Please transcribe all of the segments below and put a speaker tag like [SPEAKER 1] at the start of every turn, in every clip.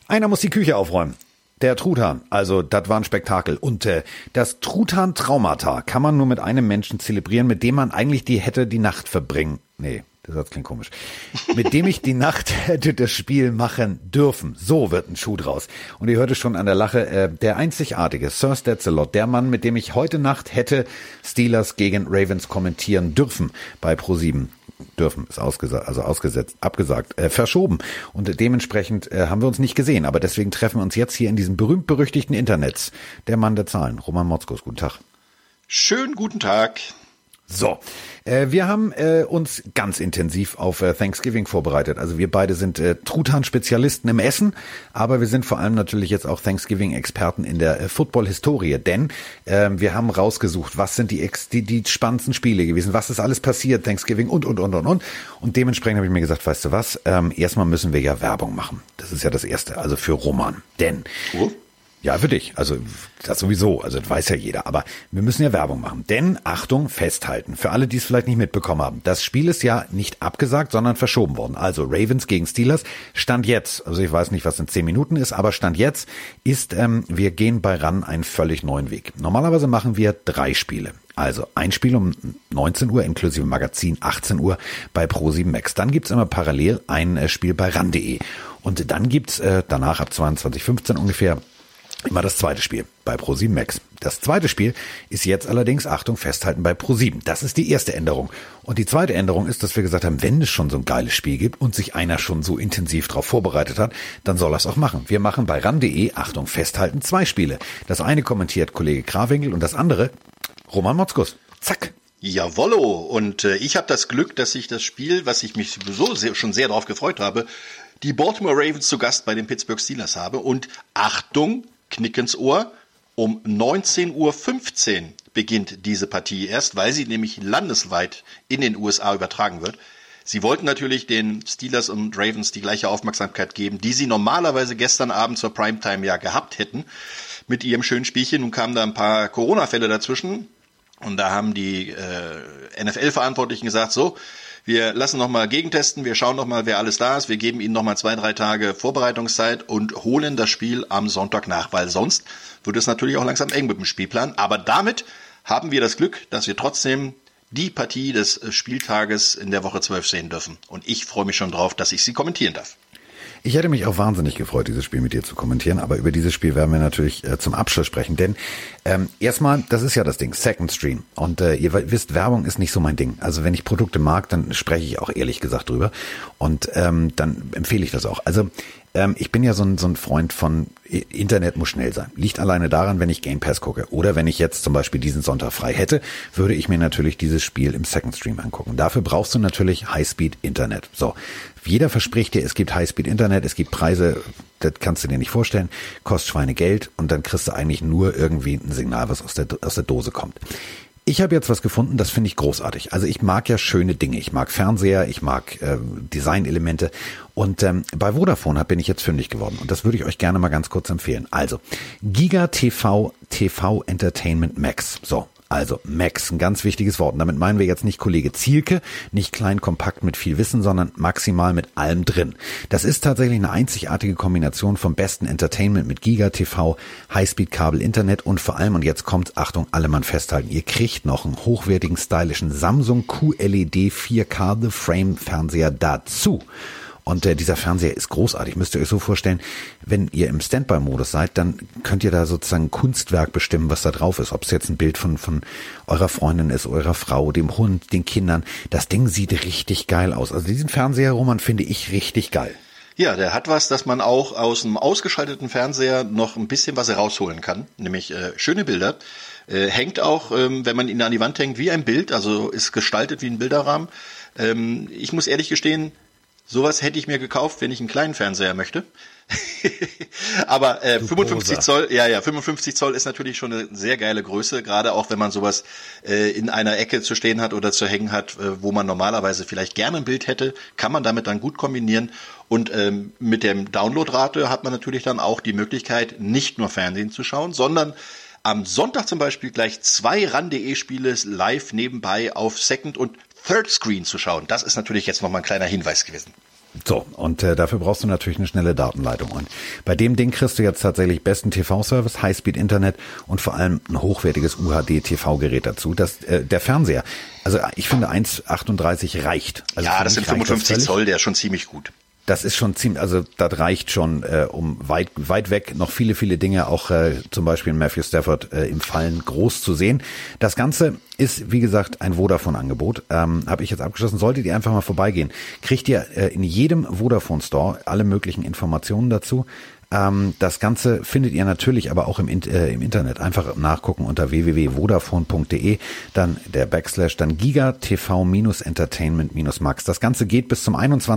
[SPEAKER 1] Einer muss die Küche aufräumen. Der Truthahn, also das war ein Spektakel. Und das Truthahn-Traumata kann man nur mit einem Menschen zelebrieren, mit dem man eigentlich die Nacht verbringen. Nee, der Satz klingt komisch. Mit dem ich die Nacht hätte das Spiel machen dürfen. So wird ein Schuh draus. Und ihr hört es schon an der Lache, der einzigartige Sir Stats-A-Lot, der Mann, mit dem ich heute Nacht hätte Steelers gegen Ravens kommentieren dürfen bei Pro7. Dürfen ist abgesagt, verschoben. Und dementsprechend haben wir uns nicht gesehen. Aber deswegen treffen wir uns jetzt hier in diesem berühmt-berüchtigten Internets. Der Mann der Zahlen, Roman Motzkus. Guten Tag.
[SPEAKER 2] Schönen guten Tag.
[SPEAKER 1] So, wir haben uns ganz intensiv auf Thanksgiving vorbereitet. Also wir beide sind Truthahn-Spezialisten im Essen, aber wir sind vor allem natürlich jetzt auch Thanksgiving-Experten in der Football-Historie, denn wir haben rausgesucht, was sind die spannendsten Spiele gewesen, was ist alles passiert, Thanksgiving und. Und dementsprechend habe ich mir gesagt, weißt du was, erstmal müssen wir ja Werbung machen. Das ist ja das Erste, also für Roman, denn... Ja, für dich. Also das sowieso. Also das weiß ja jeder. Aber wir müssen ja Werbung machen. Denn, Achtung, festhalten. Für alle, die es vielleicht nicht mitbekommen haben. Das Spiel ist ja nicht abgesagt, sondern verschoben worden. Also Ravens gegen Steelers. Stand jetzt, also ich weiß nicht, was in 10 Minuten ist, aber Stand jetzt ist, wir gehen bei RAN einen völlig neuen Weg. Normalerweise machen wir 3 Spiele. Also ein Spiel um 19 Uhr inklusive Magazin, 18 Uhr bei Pro7 Max. Dann gibt's immer parallel ein Spiel bei RAN.de. Und dann gibt's danach ab 22:15 ungefähr immer das zweite Spiel bei Pro7 Max. Das zweite Spiel ist jetzt allerdings, Achtung, festhalten bei Pro7. Das ist die erste Änderung. Und die zweite Änderung ist, dass wir gesagt haben, wenn es schon so ein geiles Spiel gibt und sich einer schon so intensiv darauf vorbereitet hat, dann soll er es auch machen. Wir machen bei RAN.de, Achtung, festhalten, 2 Spiele. Das eine kommentiert Kollege Krawinkel und das andere Roman Motzkus. Zack.
[SPEAKER 2] Jawollo. Und ich habe das Glück, dass ich das Spiel, was ich mich sowieso schon sehr darauf gefreut habe, die Baltimore Ravens zu Gast bei den Pittsburgh Steelers habe. Und Achtung, Knick ins Ohr, um 19:15 Uhr beginnt diese Partie erst, weil sie nämlich landesweit in den USA übertragen wird. Sie wollten natürlich den Steelers und Ravens die gleiche Aufmerksamkeit geben, die sie normalerweise gestern Abend zur Primetime ja gehabt hätten mit ihrem schönen Spielchen. Nun kamen da ein paar Corona-Fälle dazwischen und da haben die NFL-Verantwortlichen gesagt, so, wir lassen nochmal gegentesten, wir schauen nochmal, wer alles da ist, wir geben ihnen nochmal 2-3 Tage Vorbereitungszeit und holen das Spiel am Sonntag nach, weil sonst wird es natürlich auch langsam eng mit dem Spielplan. Aber damit haben wir das Glück, dass wir trotzdem die Partie des Spieltages in der Woche 12 sehen dürfen. Und ich freue mich schon drauf, dass ich sie kommentieren darf.
[SPEAKER 1] Ich hätte mich auch wahnsinnig gefreut, dieses Spiel mit dir zu kommentieren, aber über dieses Spiel werden wir natürlich zum Abschluss sprechen, denn erstmal, das ist ja das Ding, Second Stream und ihr wisst, Werbung ist nicht so mein Ding. Also wenn ich Produkte mag, dann spreche ich auch ehrlich gesagt drüber und dann empfehle ich das auch. Also ich bin ja so ein Freund von Internet muss schnell sein. Liegt alleine daran, wenn ich Game Pass gucke. Oder wenn ich jetzt zum Beispiel diesen Sonntag frei hätte, würde ich mir natürlich dieses Spiel im Second Stream angucken. Dafür brauchst du natürlich Highspeed Internet. So, jeder verspricht dir, es gibt Highspeed Internet, es gibt Preise, das kannst du dir nicht vorstellen, kostet Schweinegeld und dann kriegst du eigentlich nur irgendwie ein Signal, was aus der Dose kommt. Ich habe jetzt was gefunden, das finde ich großartig. Also ich mag ja schöne Dinge. Ich mag Fernseher, ich mag Designelemente. Und bei Vodafone bin ich jetzt fündig geworden. Und das würde ich euch gerne mal ganz kurz empfehlen. Also Giga TV Entertainment Max. So. Also Max, ein ganz wichtiges Wort. Und damit meinen wir jetzt nicht Kollege Zielke, nicht klein, kompakt mit viel Wissen, sondern maximal mit allem drin. Das ist tatsächlich eine einzigartige Kombination vom besten Entertainment mit Giga TV, Highspeed-Kabel, Internet und vor allem, und jetzt kommt, Achtung, alle Mann festhalten, ihr kriegt noch einen hochwertigen, stylischen Samsung QLED 4K The Frame Fernseher dazu. Und dieser Fernseher ist großartig. Müsst ihr euch so vorstellen, wenn ihr im Standby-Modus seid, dann könnt ihr da sozusagen ein Kunstwerk bestimmen, was da drauf ist. Ob es jetzt ein Bild von eurer Freundin ist, eurer Frau, dem Hund, den Kindern. Das Ding sieht richtig geil aus. Also diesen Fernseher, Roman, finde ich richtig geil.
[SPEAKER 2] Ja, der hat was, dass man auch aus einem ausgeschalteten Fernseher noch ein bisschen was herausholen kann. Nämlich schöne Bilder. Hängt auch, wenn man ihn an die Wand hängt, wie ein Bild. Also ist gestaltet wie ein Bilderrahmen. Ich muss ehrlich gestehen, sowas hätte ich mir gekauft, wenn ich einen kleinen Fernseher möchte. Aber 55 Zoll, 55 Zoll ist natürlich schon eine sehr geile Größe, gerade auch wenn man sowas in einer Ecke zu stehen hat oder zu hängen hat, wo man normalerweise vielleicht gerne ein Bild hätte, kann man damit dann gut kombinieren. Und mit dem Downloadrate hat man natürlich dann auch die Möglichkeit, nicht nur Fernsehen zu schauen, sondern am Sonntag zum Beispiel gleich 2 RAN.de Spiele live nebenbei auf Second und Third Screen zu schauen. Das ist natürlich jetzt nochmal ein kleiner Hinweis gewesen.
[SPEAKER 1] So, und dafür brauchst du natürlich eine schnelle Datenleitung. Und bei dem Ding kriegst du jetzt tatsächlich besten TV-Service, Highspeed-Internet und vor allem ein hochwertiges UHD-TV-Gerät dazu. Der Fernseher, also ich finde 1,38 reicht. Also
[SPEAKER 2] ja, das sind 55 Zoll, der ist schon ziemlich gut.
[SPEAKER 1] Das ist schon ziemlich, also das reicht schon, um weit weg noch viele, viele Dinge, auch zum Beispiel Matthew Stafford im Fallen groß zu sehen. Das Ganze ist, wie gesagt, ein Vodafone-Angebot. Habe ich jetzt abgeschlossen. Solltet ihr einfach mal vorbeigehen, kriegt ihr in jedem Vodafone-Store alle möglichen Informationen dazu. Das Ganze findet ihr natürlich aber auch im Internet. Einfach nachgucken unter www.vodafone.de, dann der / dann Giga TV Max. Das Ganze geht bis zum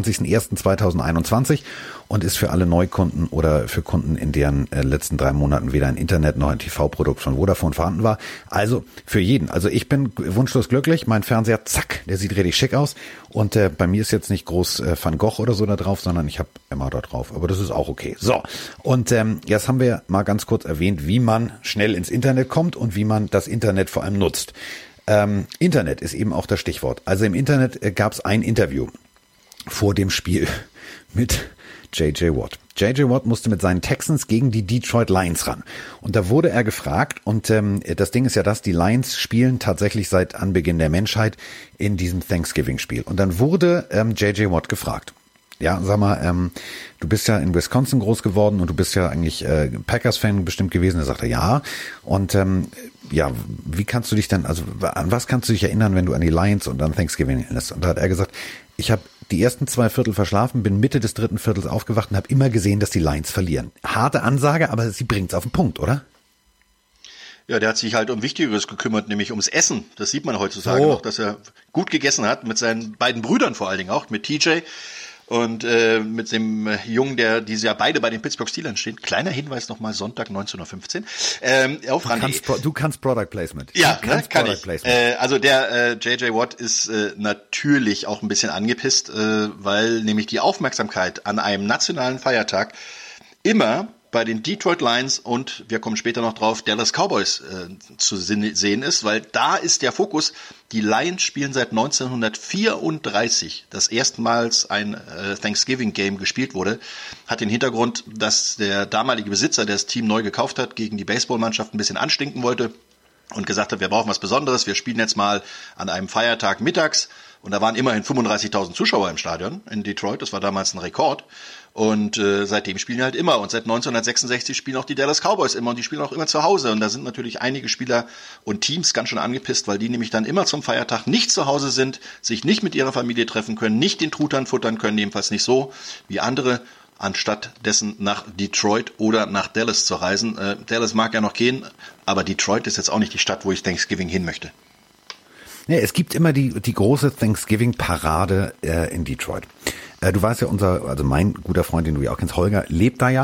[SPEAKER 1] 21.01.2021 und ist für alle Neukunden oder für Kunden, in deren letzten 3 Monaten weder ein Internet noch ein TV-Produkt von Vodafone vorhanden war. Also für jeden. Also ich bin wunschlos glücklich. Mein Fernseher, zack, der sieht richtig schick aus. Und bei mir ist jetzt nicht groß Van Gogh oder so da drauf, sondern ich habe Emma da drauf. Aber das ist auch okay. So, und jetzt haben wir mal ganz kurz erwähnt, wie man schnell ins Internet kommt und wie man das Internet vor allem nutzt. Internet ist eben auch das Stichwort. Also im Internet gab es ein Interview vor dem Spiel mit J.J. Watt. J.J. Watt musste mit seinen Texans gegen die Detroit Lions ran. Und da wurde er gefragt, und das Ding ist ja das, die Lions spielen tatsächlich seit Anbeginn der Menschheit in diesem Thanksgiving-Spiel. Und dann wurde J.J. Watt gefragt. Ja, sag mal, du bist ja in Wisconsin groß geworden und du bist ja eigentlich Packers-Fan bestimmt gewesen. Er sagte, ja. Und ja, wie kannst du dich denn, also an was kannst du dich erinnern, wenn du an die Lions und an Thanksgiving erinnerst? Und da hat er gesagt, ich habe die ersten 2 Viertel verschlafen, bin Mitte des 3. Viertels aufgewacht und habe immer gesehen, dass die Lions verlieren. Harte Ansage, aber sie bringt's auf den Punkt, oder?
[SPEAKER 2] Ja, der hat sich halt um Wichtigeres gekümmert, nämlich ums Essen. Das sieht man heutzutage noch, dass er gut gegessen hat, mit seinen beiden Brüdern vor allen Dingen auch, mit TJ und mit dem Jungen, die ja beide bei den Pittsburgh Steelers stehen. Kleiner Hinweis nochmal, Sonntag 19:15 Uhr. Auf
[SPEAKER 1] du kannst Product Placement.
[SPEAKER 2] Ja, kann ich. Also der J.J. Watt ist natürlich auch ein bisschen angepisst, weil nämlich die Aufmerksamkeit an einem nationalen Feiertag immer bei den Detroit Lions und, wir kommen später noch drauf, Dallas Cowboys zu sehen ist, weil da ist der Fokus, die Lions spielen seit 1934, das erstmals ein Thanksgiving-Game gespielt wurde, hat den Hintergrund, dass der damalige Besitzer, der das Team neu gekauft hat, gegen die Baseballmannschaft ein bisschen anstinken wollte und gesagt hat, wir brauchen was Besonderes, wir spielen jetzt mal an einem Feiertag mittags. Und da waren immerhin 35.000 Zuschauer im Stadion in Detroit, das war damals ein Rekord. Und seitdem spielen die halt immer. Und seit 1966 spielen auch die Dallas Cowboys immer. Und die spielen auch immer zu Hause. Und da sind natürlich einige Spieler und Teams ganz schön angepisst, weil die nämlich dann immer zum Feiertag nicht zu Hause sind, sich nicht mit ihrer Familie treffen können, nicht den Truthahn futtern können, jedenfalls nicht so wie andere, anstatt dessen nach Detroit oder nach Dallas zu reisen. Dallas mag ja noch gehen, aber Detroit ist jetzt auch nicht die Stadt, wo ich Thanksgiving hin möchte.
[SPEAKER 1] Ja, es gibt immer die große Thanksgiving-Parade in Detroit. Du weißt ja, also mein guter Freund, den du ja auch kennst, Holger, lebt da ja.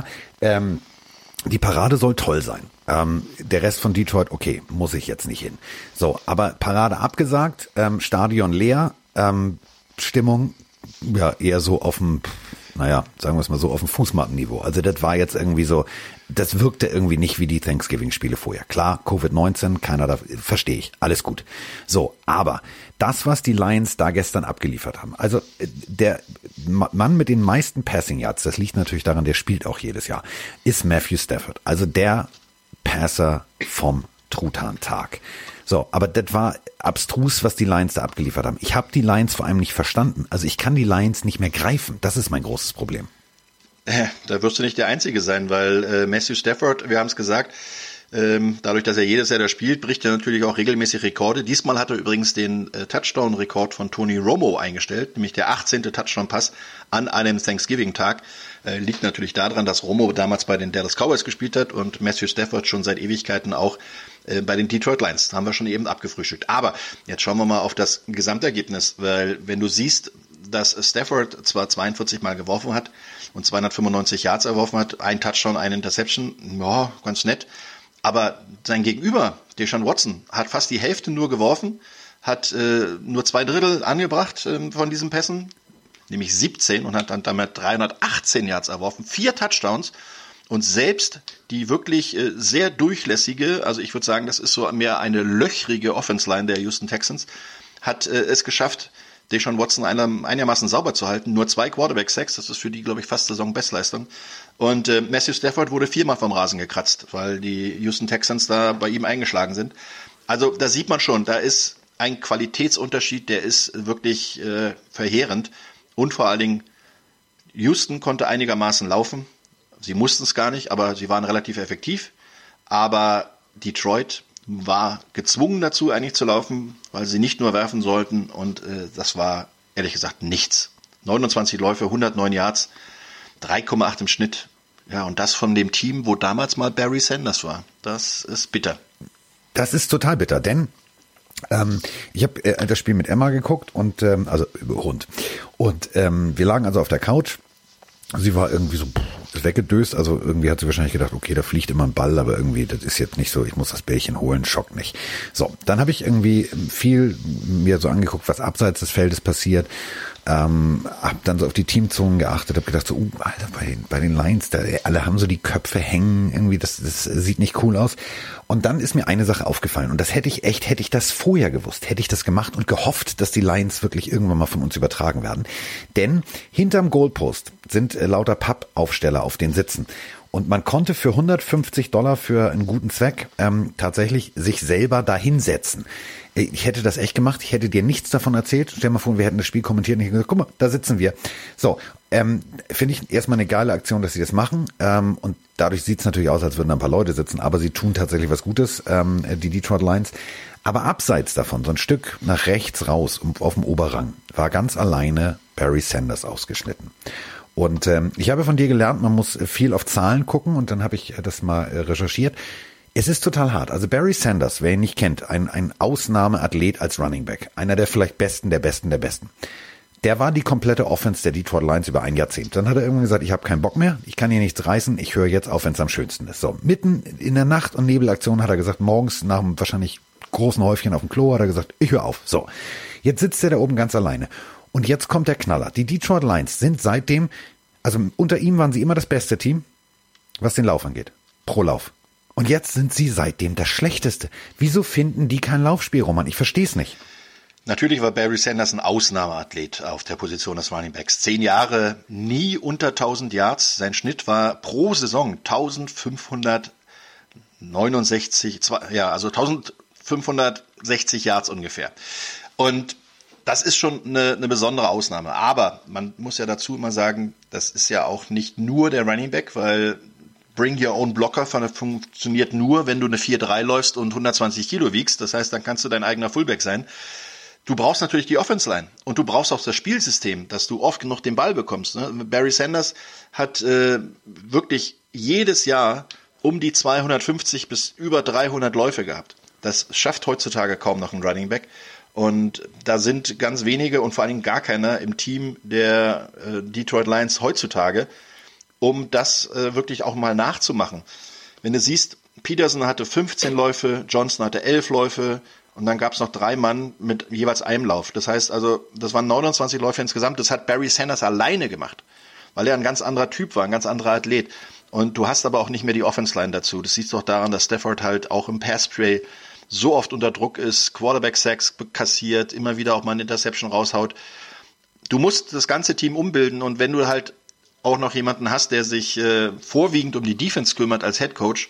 [SPEAKER 1] Die Parade soll toll sein. Der Rest von Detroit, okay, muss ich jetzt nicht hin. So, aber Parade abgesagt, Stadion leer, Stimmung, ja, eher so auf dem, naja, sagen wir es mal so, auf dem Fußmattenniveau. Also das war jetzt irgendwie so, das wirkte irgendwie nicht wie die Thanksgiving-Spiele vorher. Klar, Covid-19, keiner da, verstehe ich, alles gut. So, aber das, was die Lions da gestern abgeliefert haben, also der Mann mit den meisten Passing Yards, das liegt natürlich daran, der spielt auch jedes Jahr, ist Matthew Stafford. Also der Passer vom Truthahn-Tag. So, aber das war abstrus, was die Lions da abgeliefert haben. Ich habe die Lions vor allem nicht verstanden. Also ich kann die Lions nicht mehr greifen. Das ist mein großes Problem.
[SPEAKER 2] Da wirst du nicht der Einzige sein, weil Matthew Stafford, wir haben es gesagt, dadurch, dass er jedes Jahr da spielt, bricht er natürlich auch regelmäßig Rekorde. Diesmal hat er übrigens den Touchdown-Rekord von Tony Romo eingestellt, nämlich der 18. Touchdown-Pass an einem Thanksgiving-Tag. Liegt natürlich daran, dass Romo damals bei den Dallas Cowboys gespielt hat und Matthew Stafford schon seit Ewigkeiten auch bei den Detroit Lions. Haben wir schon eben abgefrühstückt. Aber jetzt schauen wir mal auf das Gesamtergebnis, weil wenn du siehst, dass Stafford zwar 42 Mal geworfen hat und 295 Yards erworfen hat, ein Touchdown, eine Interception, ja, ganz nett. Aber sein Gegenüber, Deshaun Watson, hat fast die Hälfte nur geworfen, hat nur 2/3 angebracht von diesen Pässen, nämlich 17 und hat dann damit 318 Yards erworfen, 4 Touchdowns. Und selbst die wirklich sehr durchlässige, also ich würde sagen, das ist so mehr eine löchrige Offense-Line der Houston Texans, hat es geschafft, Deshaun Watson einigermaßen sauber zu halten. Nur 2 Quarterback-Sacks, das ist für die, glaube ich, fast Saisonbestleistung. Und Matthew Stafford wurde 4-mal vom Rasen gekratzt, weil die Houston Texans da bei ihm eingeschlagen sind. Also da sieht man schon, da ist ein Qualitätsunterschied, der ist wirklich verheerend. Und vor allen Dingen, Houston konnte einigermaßen laufen. Sie mussten es gar nicht, aber sie waren relativ effektiv. Aber Detroit war gezwungen dazu, eigentlich zu laufen, weil sie nicht nur werfen sollten. Und das war, ehrlich gesagt, nichts. 29 Läufe, 109 Yards, 3,8 im Schnitt. Ja, und das von dem Team, wo damals mal Barry Sanders war. Das ist bitter.
[SPEAKER 1] Das ist total bitter, denn ich habe das Spiel mit Emma geguckt und also Hund. Und wir lagen also auf der Couch. Sie war irgendwie so weggedöst, also irgendwie hat sie wahrscheinlich gedacht, okay, da fliegt immer ein Ball, aber irgendwie, das ist jetzt nicht so, ich muss das Bällchen holen, schockt nicht. So, dann habe ich irgendwie viel mir so angeguckt, was abseits des Feldes passiert, hab dann so auf die Teamzonen geachtet, habe gedacht so, Alter, bei den Lions, da alle haben so die Köpfe hängen, irgendwie, das sieht nicht cool aus. Und dann ist mir eine Sache aufgefallen und das hätte ich das vorher gewusst, hätte ich das gemacht und gehofft, dass die Lions wirklich irgendwann mal von uns übertragen werden. Denn hinterm Goalpost sind lauter Pappaufsteller auf den Sitzen. Und man konnte für $150 für einen guten Zweck tatsächlich sich selber dahinsetzen. Ich hätte das echt gemacht, ich hätte dir nichts davon erzählt. Stell dir mal vor, wir hätten das Spiel kommentiert und ich hätte gesagt, guck mal, da sitzen wir. So, finde ich erstmal eine geile Aktion, dass sie das machen. Und dadurch sieht es natürlich aus, als würden da ein paar Leute sitzen, aber sie tun tatsächlich was Gutes, die Detroit Lions. Aber abseits davon, so ein Stück nach rechts raus, auf dem Oberrang, war ganz alleine Barry Sanders ausgeschnitten. Und ich habe von dir gelernt, man muss viel auf Zahlen gucken und dann habe ich das mal recherchiert. Es ist total hart. Also Barry Sanders, wer ihn nicht kennt, ein Ausnahmeathlet als Running Back, einer der vielleicht Besten der Besten der Besten. Der war die komplette Offense der Detroit Lions über ein Jahrzehnt. Dann hat er irgendwann gesagt, ich habe keinen Bock mehr, ich kann hier nichts reißen, ich höre jetzt auf, wenn es am schönsten ist. So, mitten in der Nacht- und Nebelaktion hat er gesagt, morgens nach einem wahrscheinlich großen Häufchen auf dem Klo hat er gesagt, ich höre auf. So, jetzt sitzt er da oben ganz alleine. Und jetzt kommt der Knaller. Die Detroit Lions sind seitdem, also unter ihm waren sie immer das beste Team, was den Lauf angeht. Pro Lauf. Und jetzt sind sie seitdem das Schlechteste. Wieso finden die kein Laufspiel, Roman? Ich verstehe es nicht.
[SPEAKER 2] Natürlich war Barry Sanders ein Ausnahmeathlet auf der Position des Running Backs. 10 Jahre, nie unter 1000 Yards. Sein Schnitt war pro Saison 1569, also 1560 Yards ungefähr. Und das ist schon eine besondere Ausnahme. Aber man muss ja dazu immer sagen, das ist ja auch nicht nur der Running Back, weil Bring Your Own Blocker funktioniert nur, wenn du eine 4-3 läufst und 120 Kilo wiegst. Das heißt, dann kannst du dein eigener Fullback sein. Du brauchst natürlich die Offense Line und du brauchst auch das Spielsystem, dass du oft genug den Ball bekommst. Ne? Barry Sanders hat wirklich jedes Jahr um die 250 bis über 300 Läufe gehabt. Das schafft heutzutage kaum noch ein Running Back. Und da sind ganz wenige und vor allen Dingen gar keiner im Team der Detroit Lions heutzutage, um das wirklich auch mal nachzumachen. Wenn du siehst, Peterson hatte 15 Läufe, Johnson hatte 11 Läufe und dann gab es noch 3 Mann mit jeweils einem Lauf. Das heißt also, das waren 29 Läufe insgesamt. Das hat Barry Sanders alleine gemacht, weil er ein ganz anderer Typ war, ein ganz anderer Athlet. Und du hast aber auch nicht mehr die Offense-Line dazu. Das siehst du auch daran, dass Stafford halt auch im Pass-Play so oft unter Druck ist, Quarterback-Sacks kassiert, immer wieder auch mal eine Interception raushaut. Du musst das ganze Team umbilden und wenn du halt auch noch jemanden hast, der sich vorwiegend um die Defense kümmert als Head Coach,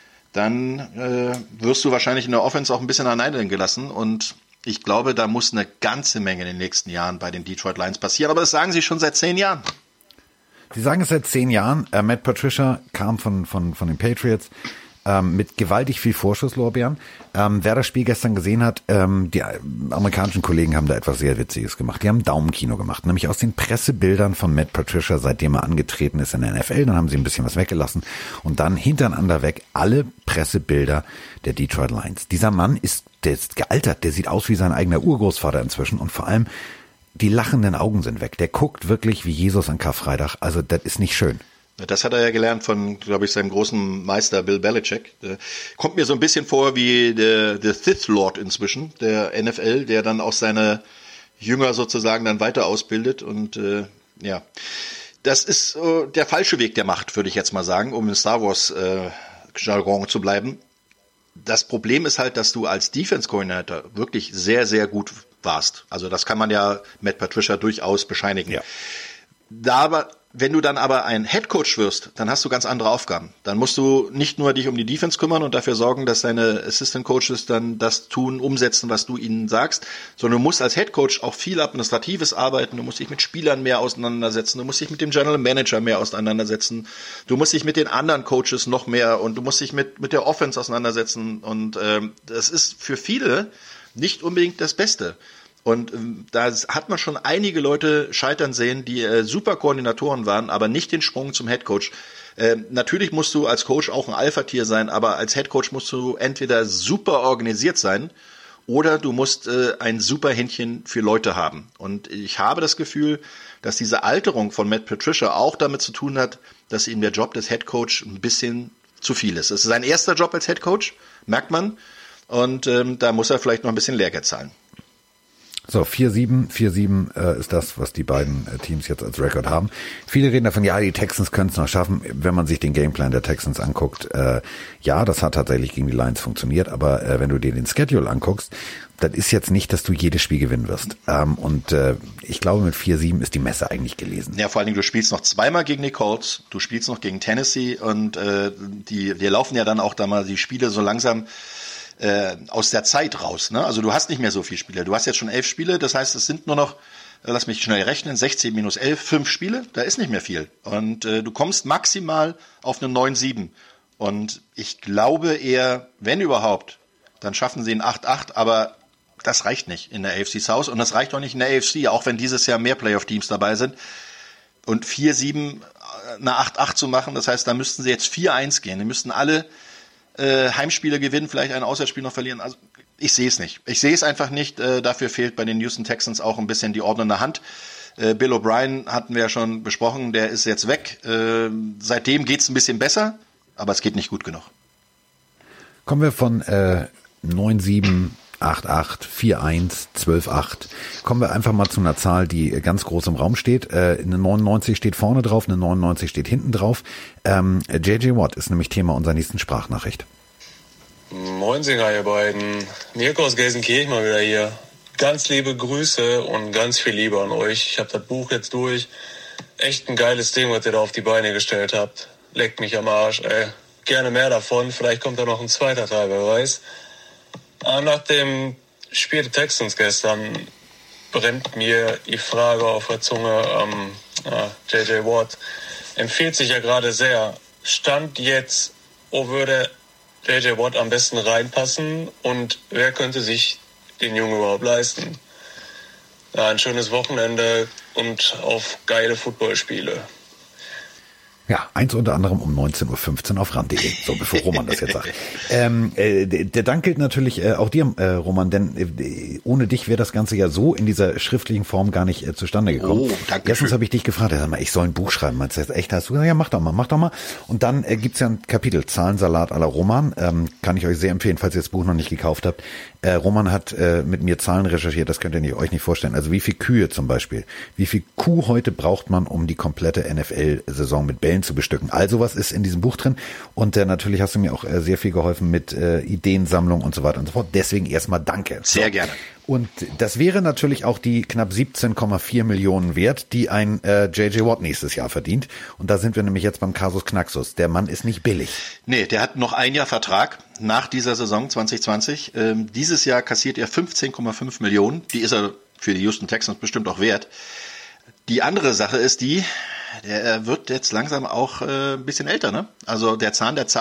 [SPEAKER 2] dann wirst du wahrscheinlich in der Offense auch ein bisschen alleine gelassen. Und ich glaube, da muss eine ganze Menge in den nächsten Jahren bei den Detroit Lions passieren. Aber das sagen sie schon seit 10 Jahren.
[SPEAKER 1] Sie sagen es seit 10 Jahren. Matt Patricia kam von den Patriots mit gewaltig viel Vorschusslorbeeren. Wer das Spiel gestern gesehen hat, die amerikanischen Kollegen haben da etwas sehr Witziges gemacht. Die haben Daumenkino gemacht, nämlich aus den Pressebildern von Matt Patricia, seitdem er angetreten ist in der NFL. Dann haben sie ein bisschen was weggelassen und dann hintereinander weg alle Pressebilder der Detroit Lions. Dieser Mann der ist gealtert, der sieht aus wie sein eigener Urgroßvater inzwischen und vor allem die lachenden Augen sind weg. Der guckt wirklich wie Jesus an Karfreitag. Also das ist nicht schön.
[SPEAKER 2] Das hat er ja gelernt von, glaube ich, seinem großen Meister Bill Belichick. Der kommt mir so ein bisschen vor wie der Sith Lord inzwischen, der NFL, der dann auch seine Jünger sozusagen dann weiter ausbildet. Und ja, das ist der falsche Weg der Macht, würde ich jetzt mal sagen, um im Star Wars Jargon zu bleiben. Das Problem ist halt, dass du als Defense Coordinator wirklich sehr, sehr gut warst. Also das kann man ja Matt Patricia durchaus bescheinigen. Ja. Wenn du dann aber ein Headcoach wirst, dann hast du ganz andere Aufgaben. Dann musst du nicht nur dich um die Defense kümmern und dafür sorgen, dass deine Assistant Coaches dann das umsetzen, was du ihnen sagst, sondern du musst als Headcoach auch viel Administratives arbeiten. Du musst dich mit Spielern mehr auseinandersetzen. Du musst dich mit dem General Manager mehr auseinandersetzen. Du musst dich mit den anderen Coaches noch mehr und du musst dich mit der Offense auseinandersetzen. Und das ist für viele nicht unbedingt das Beste. Und da hat man schon einige Leute scheitern sehen, die super Koordinatoren waren, aber nicht den Sprung zum Headcoach. Natürlich musst du als Coach auch ein Alpha-Tier sein, aber als Headcoach musst du entweder super organisiert sein oder du musst ein super Händchen für Leute haben. Und ich habe das Gefühl, dass diese Alterung von Matt Patricia auch damit zu tun hat, dass ihm der Job des Headcoach ein bisschen zu viel ist. Es ist sein erster Job als Headcoach, merkt man. Und da muss er vielleicht noch ein bisschen Lehrgeld zahlen.
[SPEAKER 1] So, 4-7 ist das, was die beiden Teams jetzt als Rekord haben. Viele reden davon, ja, die Texans können es noch schaffen. Wenn man sich den Gameplan der Texans anguckt, ja, das hat tatsächlich gegen die Lions funktioniert, aber wenn du dir den Schedule anguckst, das ist jetzt nicht, dass du jedes Spiel gewinnen wirst. Ich glaube, mit 4-7 ist die Messe eigentlich gelesen.
[SPEAKER 2] Ja, vor allen Dingen, du spielst noch zweimal gegen die Colts, du spielst noch gegen Tennessee und wir laufen ja dann auch da mal die Spiele so langsam aus der Zeit raus, ne? Also du hast nicht mehr so viele Spiele. Du hast jetzt schon 11 Spiele, das heißt, es sind nur noch, lass mich schnell rechnen, 16 minus 11, 5 Spiele, da ist nicht mehr viel. Und du kommst maximal auf eine 9-7. Und ich glaube eher, wenn überhaupt, dann schaffen sie ein 8-8, aber das reicht nicht in der AFC South und das reicht auch nicht in der AFC, auch wenn dieses Jahr mehr Playoff-Teams dabei sind. Und 4-7 eine 8-8 zu machen, das heißt, da müssten sie jetzt 4-1 gehen. Die müssten alle Heimspiele gewinnen, vielleicht ein Auswärtsspiel noch verlieren. Also ich sehe es nicht. Ich sehe es einfach nicht. Dafür fehlt bei den Houston Texans auch ein bisschen die ordnende Hand. Bill O'Brien hatten wir ja schon besprochen, der ist jetzt weg. Seitdem geht's ein bisschen besser, aber es geht nicht gut genug.
[SPEAKER 1] Kommen wir von 9-7, 8-8, 4-1, 12-8. Kommen wir einfach mal zu einer Zahl, die ganz groß im Raum steht. Eine 99 steht vorne drauf, eine 99 steht hinten drauf. J.J. Watt ist nämlich Thema unserer nächsten Sprachnachricht.
[SPEAKER 3] Moinsinger, ihr beiden. Mirko aus Gelsenkirchen mal wieder hier. Ganz liebe Grüße und ganz viel Liebe an euch. Ich habe das Buch jetzt durch. Echt ein geiles Ding, was ihr da auf die Beine gestellt habt. Leckt mich am Arsch, ey. Gerne mehr davon. Vielleicht kommt da noch ein zweiter Teil, wer weiß. Nach dem Spiel der Texans gestern brennt mir die Frage auf der Zunge. J.J. Watt empfiehlt sich ja gerade sehr. Stand jetzt, wo würde J.J. Watt am besten reinpassen und wer könnte sich den Jungen überhaupt leisten? Ja, ein schönes Wochenende und auf geile Footballspiele.
[SPEAKER 1] Ja, eins unter anderem um 19.15 Uhr auf ram.de, so bevor Roman das jetzt sagt. Der Dank gilt natürlich auch dir, Roman, denn ohne dich wäre das Ganze ja so in dieser schriftlichen Form gar nicht zustande gekommen.
[SPEAKER 2] Oh, danke.
[SPEAKER 1] Erstens habe ich dich gefragt, sag mal, ich soll ein Buch schreiben. Meinst du das echt? Hast du gesagt, ja, mach doch mal. Und dann gibt's ja ein Kapitel, Zahlensalat à la Roman, kann ich euch sehr empfehlen, falls ihr das Buch noch nicht gekauft habt. Roman hat mit mir Zahlen recherchiert, das könnt ihr euch nicht vorstellen. Also wie viel Kühe zum Beispiel, wie viel Kuh heute braucht man, um die komplette NFL-Saison mit Bällen zu bestücken. Also was ist in diesem Buch drin und natürlich hast du mir auch sehr viel geholfen mit Ideensammlung und so weiter und so fort. Deswegen erstmal danke.
[SPEAKER 2] Sehr gerne.
[SPEAKER 1] Und das wäre natürlich auch die knapp 17,4 Millionen wert, die ein J.J. Watt nächstes Jahr verdient. Und da sind wir nämlich jetzt beim Kasus Knaxus. Der Mann ist nicht billig.
[SPEAKER 2] Nee, der hat noch ein Jahr Vertrag nach dieser Saison 2020. Dieses Jahr kassiert er 15,5 Millionen. Die ist er für die Houston Texans bestimmt auch wert. Die andere Sache ist der wird jetzt langsam auch ein bisschen älter, ne? Also der Zahn der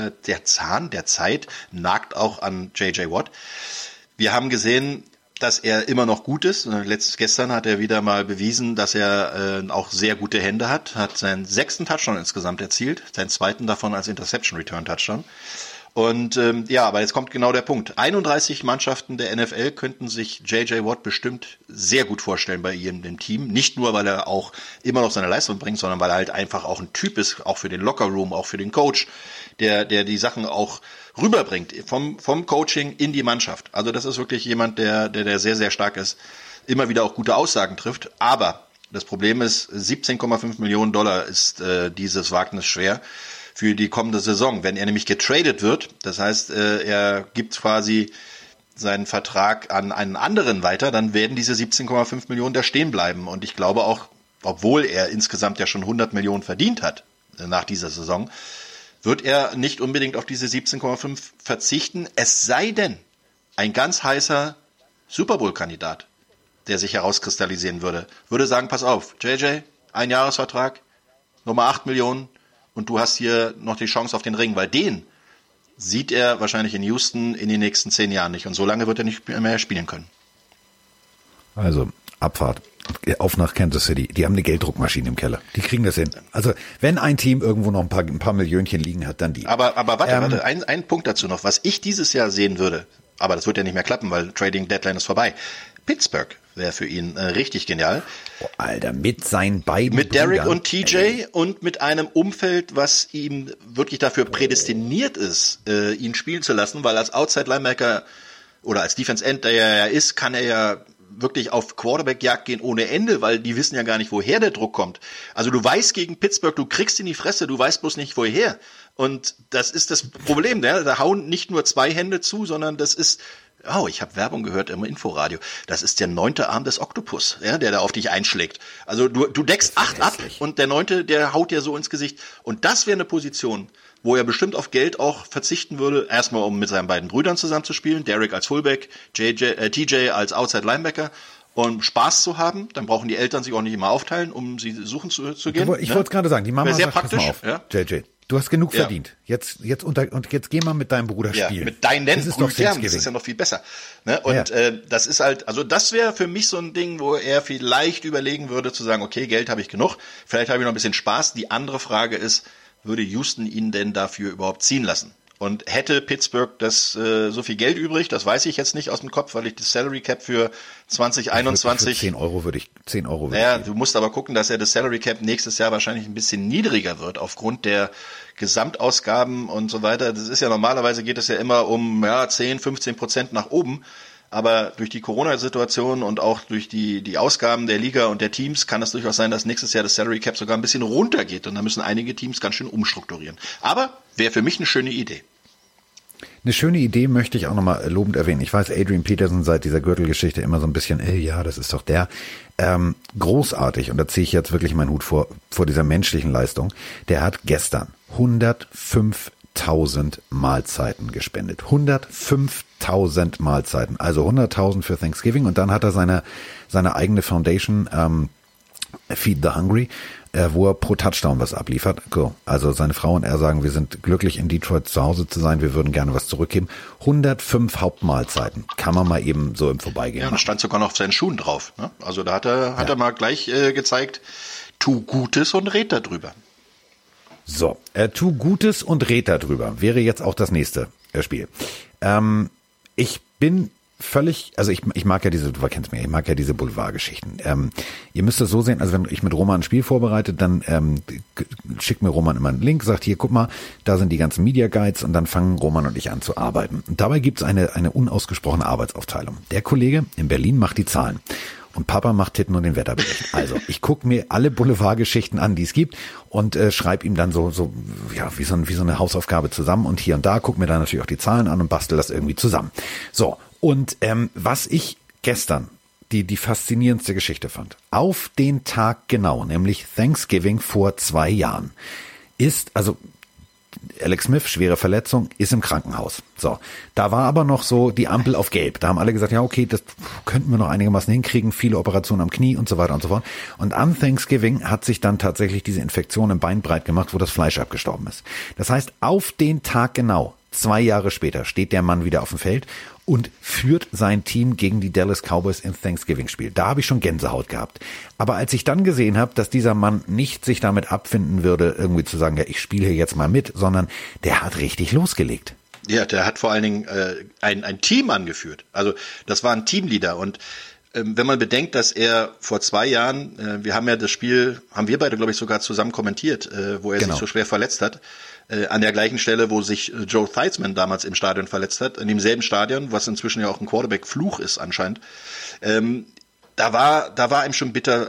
[SPEAKER 2] Zeit nagt auch an J.J. Watt. Wir haben gesehen, dass er immer noch gut ist. Gestern hat er wieder mal bewiesen, dass er auch sehr gute Hände hat seinen 6. Touchdown insgesamt erzielt, seinen 2. davon als Interception-Return-Touchdown. Und aber jetzt kommt genau der Punkt. 31 Mannschaften der NFL könnten sich J.J. Watt bestimmt sehr gut vorstellen bei ihrem dem Team. Nicht nur, weil er auch immer noch seine Leistung bringt, sondern weil er halt einfach auch ein Typ ist, auch für den Lockerroom, auch für den Coach, der die Sachen auch rüberbringt, vom Coaching in die Mannschaft. Also das ist wirklich jemand, der sehr, sehr stark ist, immer wieder auch gute Aussagen trifft. Aber das Problem ist, 17,5 Millionen Dollar ist dieses Wagnis schwer für die kommende Saison. Wenn er nämlich getradet wird, das heißt, er gibt quasi seinen Vertrag an einen anderen weiter, dann werden diese 17,5 Millionen da stehen bleiben. Und ich glaube auch, obwohl er insgesamt ja schon 100 Millionen verdient hat nach dieser Saison, wird er nicht unbedingt auf diese 17,5 verzichten. Es sei denn, ein ganz heißer Super Bowl-Kandidat, der sich herauskristallisieren würde sagen, pass auf, JJ, ein Jahresvertrag, Nummer 8 Millionen und du hast hier noch die Chance auf den Ring, weil den sieht er wahrscheinlich in Houston in den nächsten 10 Jahren nicht und so lange wird er nicht mehr spielen können.
[SPEAKER 1] Also, Abfahrt. Auf nach Kansas City. Die haben eine Gelddruckmaschine im Keller. Die kriegen das hin. Also, wenn ein Team irgendwo noch ein paar Millionchen liegen hat, dann die.
[SPEAKER 2] Aber warte, ein Punkt dazu noch. Was ich dieses Jahr sehen würde, aber das wird ja nicht mehr klappen, weil Trading Deadline ist vorbei. Pittsburgh wäre für ihn richtig genial.
[SPEAKER 1] Oh, Alter, mit seinen beiden
[SPEAKER 2] Mit Derek
[SPEAKER 1] Brüdern.
[SPEAKER 2] und TJ und mit einem Umfeld, was ihm wirklich dafür prädestiniert ist, ihn spielen zu lassen, weil als Outside Linebacker oder als Defense End, der er ja ist, kann er ja wirklich auf Quarterback-Jagd gehen ohne Ende, weil die wissen ja gar nicht, woher der Druck kommt. Also du weißt gegen Pittsburgh, du kriegst in die Fresse, du weißt bloß nicht, woher. Und das ist das Problem. Da hauen nicht nur 2 Hände zu, sondern das ist, ich habe Werbung gehört im Inforadio, das ist der 9. Arm des Oktopus, ja, der da auf dich einschlägt. Also du deckst 8 ab und der 9., der haut dir so ins Gesicht. Und das wäre eine Position, wo er bestimmt auf Geld auch verzichten würde, erstmal um mit seinen beiden Brüdern zusammenzuspielen, Derek als Fullback, TJ als Outside Linebacker, um Spaß zu haben. Dann brauchen die Eltern sich auch nicht immer aufteilen, um sie suchen zu gehen.
[SPEAKER 1] Ich wollte es gerade sagen, die Mama
[SPEAKER 2] sehr
[SPEAKER 1] sagt,
[SPEAKER 2] praktisch,
[SPEAKER 1] pass mal auf,
[SPEAKER 2] ja?
[SPEAKER 1] JJ, du hast genug verdient. Jetzt geh mal mit deinem Bruder spielen.
[SPEAKER 2] Ja, mit deinen Brüdern, das ist ja noch viel besser. Ne? Und das ist halt, also das wäre für mich so ein Ding, wo er vielleicht überlegen würde, zu sagen, okay, Geld habe ich genug, vielleicht habe ich noch ein bisschen Spaß. Die andere Frage ist, würde Houston ihn denn dafür überhaupt ziehen lassen? Und hätte Pittsburgh das so viel Geld übrig, das weiß ich jetzt nicht aus dem Kopf, weil ich das Salary Cap für 2021...
[SPEAKER 1] Für 10 Euro würde ich
[SPEAKER 2] Naja, du musst aber gucken, dass das Salary Cap nächstes Jahr wahrscheinlich ein bisschen niedriger wird, aufgrund der Gesamtausgaben und so weiter. Das ist ja normalerweise, geht es ja immer um 10-15% nach oben. Aber durch die Corona-Situation und auch durch die Ausgaben der Liga und der Teams kann es durchaus sein, dass nächstes Jahr das Salary Cap sogar ein bisschen runtergeht. Und da müssen einige Teams ganz schön umstrukturieren. Aber wäre für mich eine schöne Idee.
[SPEAKER 1] Eine schöne Idee möchte ich auch nochmal lobend erwähnen. Ich weiß, Adrian Peterson seit dieser Gürtelgeschichte immer so ein bisschen, ja, das ist doch der. Großartig, und da ziehe ich jetzt wirklich meinen Hut vor dieser menschlichen Leistung. Der hat gestern 105.000 Mahlzeiten gespendet. 105.000 Mahlzeiten. Also 100.000 für Thanksgiving. Und dann hat er seine eigene Foundation, Feed the Hungry, wo er pro Touchdown was abliefert. So, also seine Frau und er sagen, wir sind glücklich in Detroit zu Hause zu sein, wir würden gerne was zurückgeben. 105 Hauptmahlzeiten kann man mal eben so im Vorbeigehen.
[SPEAKER 2] Ja, da stand sogar noch auf seinen Schuhen drauf. Ne? Also da hat er mal gleich gezeigt, tu Gutes und red darüber.
[SPEAKER 1] So, tu Gutes und red darüber. Wäre jetzt auch das nächste Spiel. Ich bin völlig, also ich mag ja diese, du kennst mich, ich mag ja diese Boulevardgeschichten. Ihr müsst das so sehen, also wenn ich mit Roman ein Spiel vorbereite, dann schickt mir Roman immer einen Link, sagt hier, guck mal, da sind die ganzen Media Guides und dann fangen Roman und ich an zu arbeiten. Und dabei gibt's eine unausgesprochene Arbeitsaufteilung. Der Kollege in Berlin macht die Zahlen. Und Papa macht Titten und den Wetterbericht. Also, ich gucke mir alle Boulevardgeschichten an, die es gibt und schreibe ihm dann so wie so eine Hausaufgabe zusammen und hier und da, guck mir dann natürlich auch die Zahlen an und bastel das irgendwie zusammen. So, und was ich gestern die faszinierendste Geschichte fand, auf den Tag genau, nämlich Thanksgiving vor 2 Jahren, ist, also Alex Smith, schwere Verletzung, ist im Krankenhaus. So, da war aber noch so die Ampel auf gelb. Da haben alle gesagt, ja okay, das könnten wir noch einigermaßen hinkriegen, viele Operationen am Knie und so weiter und so fort. Und an Thanksgiving hat sich dann tatsächlich diese Infektion im Bein breit gemacht, wo das Fleisch abgestorben ist. Das heißt, auf den Tag genau, 2 Jahre später, steht der Mann wieder auf dem Feld und führt sein Team gegen die Dallas Cowboys im Thanksgiving-Spiel. Da habe ich schon Gänsehaut gehabt. Aber als ich dann gesehen habe, dass dieser Mann nicht sich damit abfinden würde, irgendwie zu sagen, ja, ich spiele hier jetzt mal mit, sondern der hat richtig losgelegt.
[SPEAKER 2] Ja, der hat vor allen Dingen ein Team angeführt. Also das war ein Teamleader. Und wenn man bedenkt, dass er vor 2 Jahren, wir haben ja das Spiel, haben wir beide, glaube ich, sogar zusammen kommentiert, wo er sich so schwer verletzt hat, an der gleichen Stelle, wo sich Joe Theismann damals im Stadion verletzt hat, in demselben Stadion, was inzwischen ja auch ein Quarterback-Fluch ist anscheinend. Da war ihm schon bitter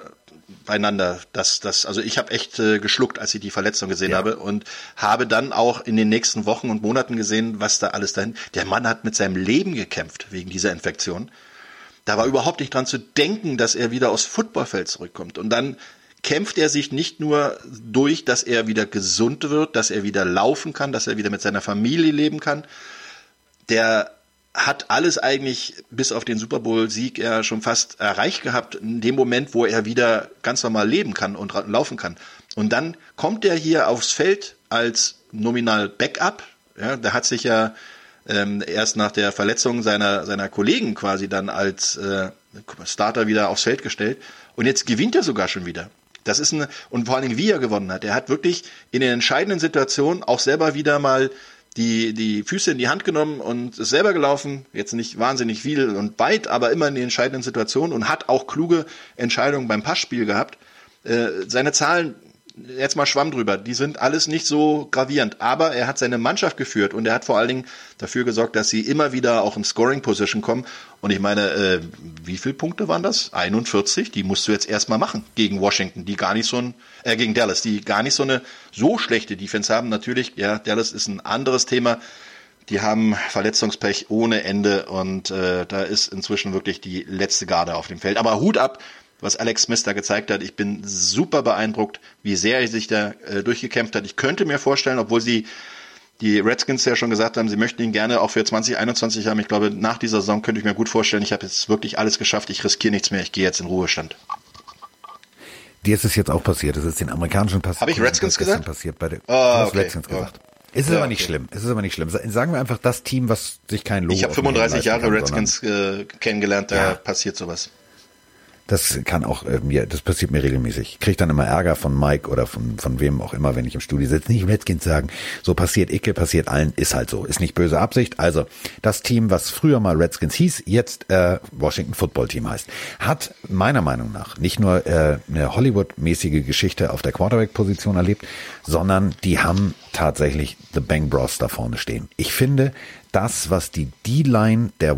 [SPEAKER 2] beieinander. Also ich habe echt geschluckt, als ich die Verletzung gesehen habe und habe dann auch in den nächsten Wochen und Monaten gesehen, was da alles dahin. Der Mann hat mit seinem Leben gekämpft wegen dieser Infektion. Da war überhaupt nicht dran zu denken, dass er wieder aufs Footballfeld zurückkommt. Und dann kämpft er sich nicht nur durch, dass er wieder gesund wird, dass er wieder laufen kann, dass er wieder mit seiner Familie leben kann. Der hat alles eigentlich bis auf den Super Bowl-Sieg ja schon fast erreicht gehabt, in dem Moment, wo er wieder ganz normal leben kann und laufen kann. Und dann kommt er hier aufs Feld als nominal Backup. Ja, der hat sich ja erst nach der Verletzung seiner Kollegen quasi dann als Starter wieder aufs Feld gestellt. Und jetzt gewinnt er sogar schon wieder. Das ist und vor allen Dingen, wie er gewonnen hat. Er hat wirklich in den entscheidenden Situationen auch selber wieder mal die Füße in die Hand genommen und ist selber gelaufen. Jetzt nicht wahnsinnig viel und weit, aber immer in den entscheidenden Situationen und hat auch kluge Entscheidungen beim Passspiel gehabt. Seine Zahlen, jetzt mal Schwamm drüber, die sind alles nicht so gravierend, aber er hat seine Mannschaft geführt und er hat vor allen Dingen dafür gesorgt, dass sie immer wieder auch in Scoring-Position kommen. Und ich meine, wie viele Punkte waren das? 41, die musst du jetzt erstmal machen gegen Washington, die gar nicht gegen Dallas, die gar nicht so eine so schlechte Defense haben. Natürlich, ja, Dallas ist ein anderes Thema. Die haben Verletzungspech ohne Ende und da ist inzwischen wirklich die letzte Garde auf dem Feld. Aber Hut ab, was Alex Smith da gezeigt hat. Ich bin super beeindruckt, wie sehr er sich da durchgekämpft hat. Ich könnte mir vorstellen, obwohl die Redskins ja schon gesagt haben, sie möchten ihn gerne auch für 2021 haben. Ich glaube, nach dieser Saison könnte ich mir gut vorstellen, ich habe jetzt wirklich alles geschafft, ich riskiere nichts mehr, ich gehe jetzt in Ruhestand.
[SPEAKER 1] Dir ist es jetzt auch passiert, es ist den amerikanischen passiert.
[SPEAKER 2] Habe ich Redskins gesagt?
[SPEAKER 1] Passiert bei Redskins gesagt. Es ist aber nicht schlimm. Sagen wir einfach das Team, was sich kein Logo.
[SPEAKER 2] Ich habe 35 Jahre Redskins kennengelernt, da passiert sowas.
[SPEAKER 1] Das kann auch das passiert mir regelmäßig. Ich kriege dann immer Ärger von Mike oder von wem auch immer, wenn ich im Studio sitze. Nicht Redskins sagen, so passiert passiert allen, ist halt so. Ist nicht böse Absicht. Also das Team, was früher mal Redskins hieß, jetzt Washington Football Team heißt, hat meiner Meinung nach nicht nur eine Hollywood-mäßige Geschichte auf der Quarterback-Position erlebt, sondern die haben tatsächlich The Bang Bros da vorne stehen. Ich finde, das, was die D-Line der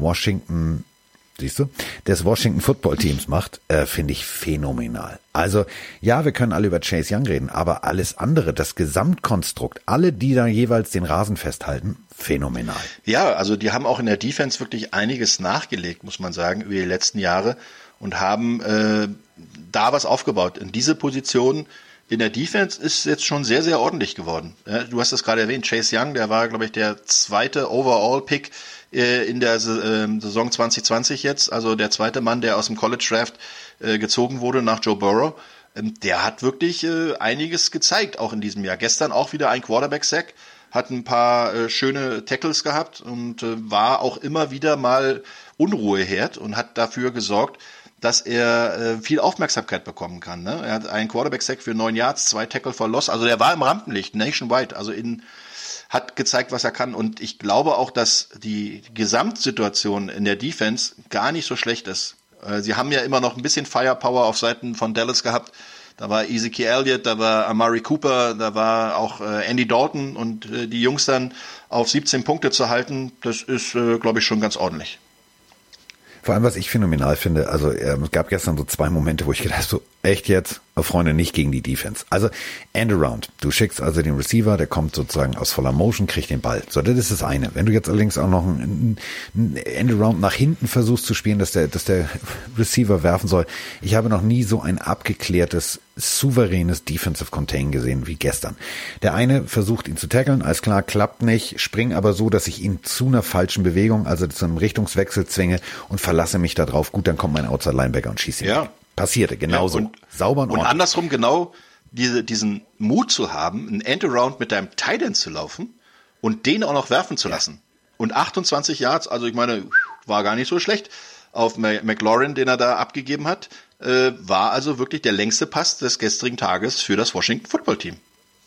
[SPEAKER 1] des Washington Football Teams macht, finde ich phänomenal. Also, ja, wir können alle über Chase Young reden, aber alles andere, das Gesamtkonstrukt, alle, die da jeweils den Rasen festhalten, phänomenal.
[SPEAKER 2] Ja, also die haben auch in der Defense wirklich einiges nachgelegt, muss man sagen, über die letzten Jahre und haben da was aufgebaut. In diese Position in der Defense ist jetzt schon sehr, sehr ordentlich geworden. Ja, du hast es gerade erwähnt, Chase Young, der war, glaube ich, der zweite Overall-Pick in der Saison 2020 jetzt, also der zweite Mann, der aus dem College Draft gezogen wurde nach Joe Burrow. Der hat wirklich einiges gezeigt, auch in diesem Jahr. Gestern auch wieder ein Quarterback-Sack, hat ein paar schöne Tackles gehabt und war auch immer wieder mal Unruheherd und hat dafür gesorgt, dass er viel Aufmerksamkeit bekommen kann. Ne? Er hat einen Quarterback-Sack für 9 Yards, 2 Tackle for Loss, also der war im Rampenlicht, nationwide, also hat gezeigt, was er kann. Und ich glaube auch, dass die Gesamtsituation in der Defense gar nicht so schlecht ist. Sie haben ja immer noch ein bisschen Firepower auf Seiten von Dallas gehabt. Da war Ezekiel Elliott, da war Amari Cooper, da war auch Andy Dalton und die Jungs dann auf 17 Punkte zu halten, das ist, glaube ich, schon ganz ordentlich.
[SPEAKER 1] Vor allem, was ich phänomenal finde, also es gab gestern so 2 Momente, wo ich gedacht habe, so echt jetzt, Freunde, nicht gegen die Defense. Also End-Around. Du schickst also den Receiver, der kommt sozusagen aus voller Motion, kriegt den Ball. So, das ist das eine. Wenn du jetzt allerdings auch noch ein End-Around nach hinten versuchst zu spielen, dass der Receiver werfen soll. Ich habe noch nie so ein abgeklärtes, souveränes Defensive Contain gesehen wie gestern. Der eine versucht ihn zu tackeln, alles klar, klappt nicht, spring aber so, dass ich ihn zu einer falschen Bewegung, also zu einem Richtungswechsel zwinge und verlasse mich da drauf. Gut, dann kommt mein Outside Linebacker und schießt ihn weg. Passierte, genauso. Ja, sauber und ordentlich.
[SPEAKER 2] Andersrum genau diesen Mut zu haben, ein End-Around mit deinem Tight End zu laufen und den auch noch werfen zu lassen. Und 28 Yards, also ich meine, war gar nicht so schlecht auf McLaurin, den er da abgegeben hat, war also wirklich der längste Pass des gestrigen Tages für das Washington Football Team.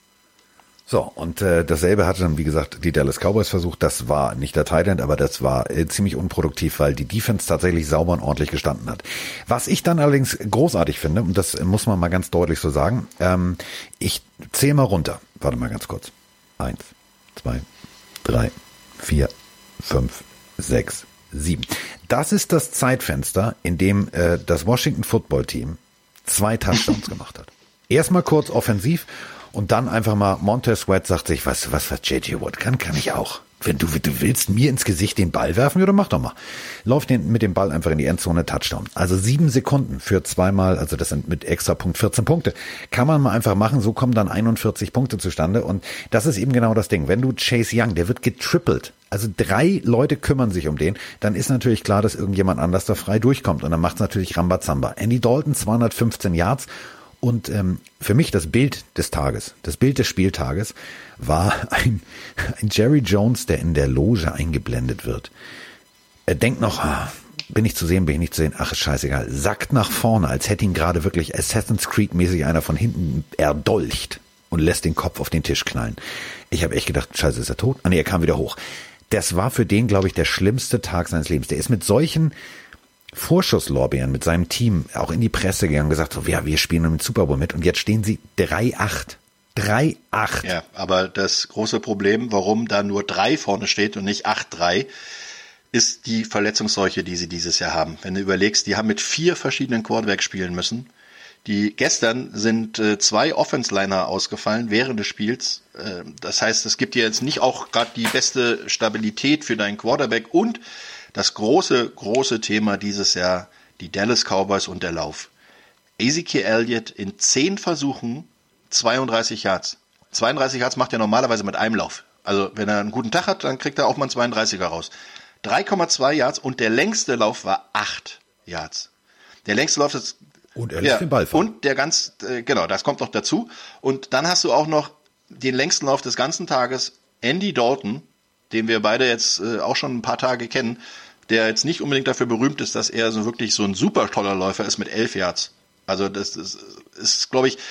[SPEAKER 1] So, und dasselbe hatte dann, wie gesagt, die Dallas Cowboys versucht. Das war nicht der Tight End, aber das war ziemlich unproduktiv, weil die Defense tatsächlich sauber und ordentlich gestanden hat. Was ich dann allerdings großartig finde, und das muss man mal ganz deutlich so sagen, ich zähle mal runter. Warte mal ganz kurz. 1, 2, 3, 4, 5, 6, 7. Das ist das Zeitfenster, in dem das Washington Football Team 2 Touchdowns gemacht hat. Erstmal kurz offensiv und dann einfach mal Montez Sweat sagt sich, was J.J. Watt kann ich auch. Wenn du willst mir ins Gesicht den Ball werfen, ja, dann mach doch mal. Lauf mit dem Ball einfach in die Endzone, Touchdown. Also 7 Sekunden für zweimal, also das sind mit Extrapunkt 14 Punkte. Kann man mal einfach machen, so kommen dann 41 Punkte zustande und das ist eben genau das Ding. Wenn du Chase Young, der wird getrippelt, also 3 Leute kümmern sich um den, dann ist natürlich klar, dass irgendjemand anders da frei durchkommt und dann macht's natürlich Rambazamba. Andy Dalton 215 Yards. Und für mich das Bild des Tages, das Bild des Spieltages war ein Jerry Jones, der in der Loge eingeblendet wird. Er denkt noch, bin ich zu sehen, bin ich nicht zu sehen, ach ist scheißegal, sackt nach vorne, als hätte ihn gerade wirklich Assassin's Creed mäßig einer von hinten erdolcht und lässt den Kopf auf den Tisch knallen. Ich habe echt gedacht, scheiße, ist er tot? Ah nee, er kam wieder hoch. Das war für den, glaube ich, der schlimmste Tag seines Lebens. Der ist mit solchen Vorschusslorbeeren mit seinem Team auch in die Presse gegangen und gesagt, so, ja, wir spielen im Super Bowl mit und jetzt stehen sie 3-8. 3-8.
[SPEAKER 2] Ja, aber das große Problem, warum da nur 3 vorne steht und nicht 8-3, ist die Verletzungsseuche, die sie dieses Jahr haben. Wenn du überlegst, die haben mit 4 verschiedenen Quarterbacks spielen müssen. Gestern sind 2 Offense-Liner ausgefallen während des Spiels. Das heißt, es gibt dir jetzt nicht auch gerade die beste Stabilität für deinen Quarterback und das große Thema dieses Jahr, die Dallas Cowboys und der Lauf. Ezekiel Elliott in 10 Versuchen 32 Yards. 32 Yards macht er normalerweise mit einem Lauf. Also wenn er einen guten Tag hat, dann kriegt er auch mal einen 32er raus. 3,2 Yards und der längste Lauf war 8 Yards. Der längste Lauf ist...
[SPEAKER 1] Und er lässt den Ball fahren.
[SPEAKER 2] Und genau, das kommt noch dazu. Und dann hast du auch noch den längsten Lauf des ganzen Tages, Andy Dalton, den wir beide jetzt auch schon ein paar Tage kennen, der jetzt nicht unbedingt dafür berühmt ist, dass er so wirklich so ein super toller Läufer ist mit 11 Yards. Also das ist glaube ich,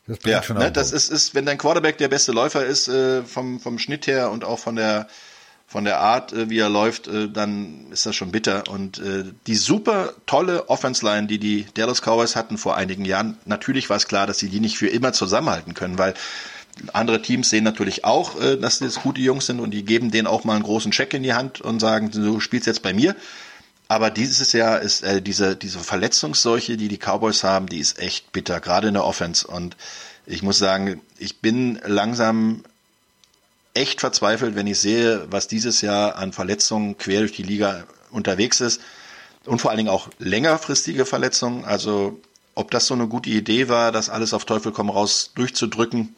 [SPEAKER 2] das ist, wenn dein Quarterback der beste Läufer ist, vom Schnitt her und auch von der Art, wie er läuft, dann ist das schon bitter. Und die super tolle Offense-Line, die Dallas Cowboys hatten vor einigen Jahren, natürlich war es klar, dass sie die nicht für immer zusammenhalten können, weil andere Teams sehen natürlich auch, dass das gute Jungs sind und die geben denen auch mal einen großen Check in die Hand und sagen, du spielst jetzt bei mir. Aber dieses Jahr ist diese Verletzungsseuche, die Cowboys haben, die ist echt bitter, gerade in der Offense. Und ich muss sagen, ich bin langsam echt verzweifelt, wenn ich sehe, was dieses Jahr an Verletzungen quer durch die Liga unterwegs ist und vor allen Dingen auch längerfristige Verletzungen. Also ob das so eine gute Idee war, das alles auf Teufel komm raus durchzudrücken,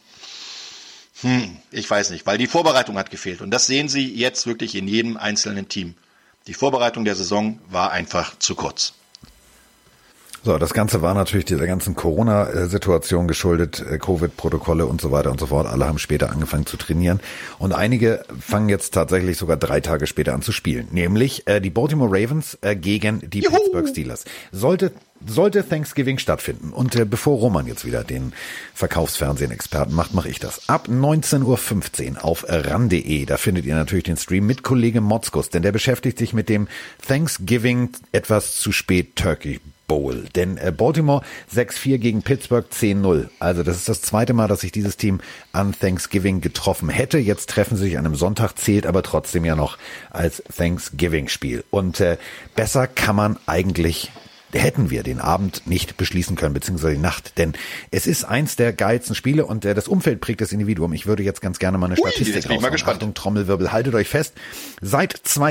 [SPEAKER 2] ich weiß nicht, weil die Vorbereitung hat gefehlt. Und das sehen Sie jetzt wirklich in jedem einzelnen Team. Die Vorbereitung der Saison war einfach zu kurz.
[SPEAKER 1] So, das Ganze war natürlich dieser ganzen Corona-Situation geschuldet, Covid-Protokolle und so weiter und so fort. Alle haben später angefangen zu trainieren und einige fangen jetzt tatsächlich sogar 3 Tage später an zu spielen. Nämlich die Baltimore Ravens gegen die Pittsburgh Steelers. Sollte Thanksgiving stattfinden und bevor Roman jetzt wieder den Verkaufsfernsehen-Experten mache ich das. Ab 19.15 Uhr auf ran.de, da findet ihr natürlich den Stream mit Kollege Motzkus, denn der beschäftigt sich mit dem Thanksgiving etwas zu spät Turkey Bowl. Denn Baltimore 6-4 gegen Pittsburgh 10-0. Also das ist das zweite Mal, dass sich dieses Team an Thanksgiving getroffen hätte. Jetzt treffen sie sich an einem Sonntag, zählt aber trotzdem ja noch als Thanksgiving-Spiel. Und besser kann man eigentlich, hätten wir den Abend nicht beschließen können, beziehungsweise die Nacht. Denn es ist eins der geilsten Spiele und das Umfeld prägt das Individuum. Ich würde jetzt ganz gerne mal eine Statistik raushauen. Achtung, Trommelwirbel, haltet euch fest. Seit